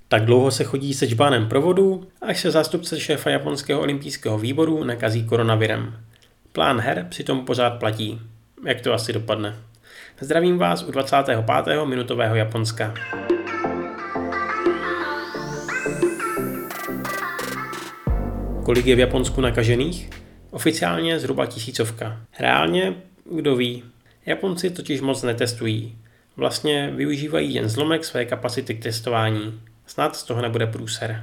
Tak dlouho se chodí se džbánem provodu, až se zástupce šéfa japonského olympijského výboru nakazí koronavirem. Plán her přitom pořád platí. Jak to asi dopadne? Zdravím vás u 25. minutového Japonska. Kolik je v Japonsku nakažených? Oficiálně zhruba 1000. Reálně, kdo ví. Japonci totiž moc netestují. Vlastně využívají jen zlomek své kapacity k testování. Snad z toho nebude průser.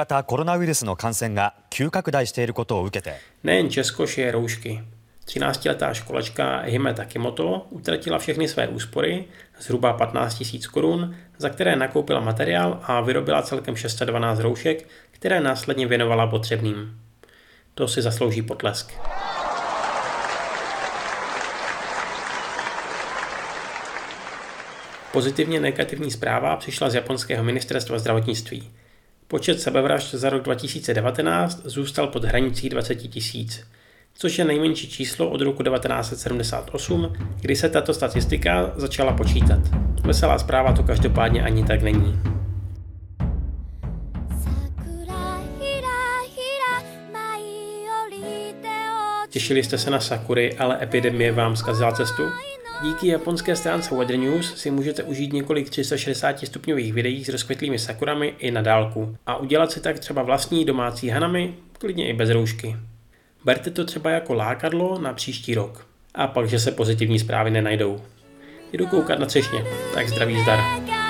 Nejen Česko šije roušky. 13letá školačka Hime Takimoto utratila všechny své úspory, zhruba 15 000 korun, za které nakoupila materiál a vyrobila celkem 612 roušek, které následně věnovala potřebným. To si zaslouží potlesk. Pozitivně negativní zpráva přišla z japonského ministerstva zdravotnictví. Počet sebevražd za rok 2019 zůstal pod hranicí 20 000, což je nejmenší číslo od roku 1978, kdy se tato statistika začala počítat. Veselá zpráva to každopádně ani tak není. Těšili jste se na sakury, ale epidemie vám zkazila cestu? Díky japonské stránce Weather News si můžete užít několik 360 stupňových videí s rozkvětlými sakurami i na dálku a udělat si tak třeba vlastní domácí hanami, klidně i bez roušky. Berte to třeba jako lákadlo na příští rok. A pak, že se pozitivní zprávy nenajdou. Jdu koukat na třešně, tak zdraví zdar.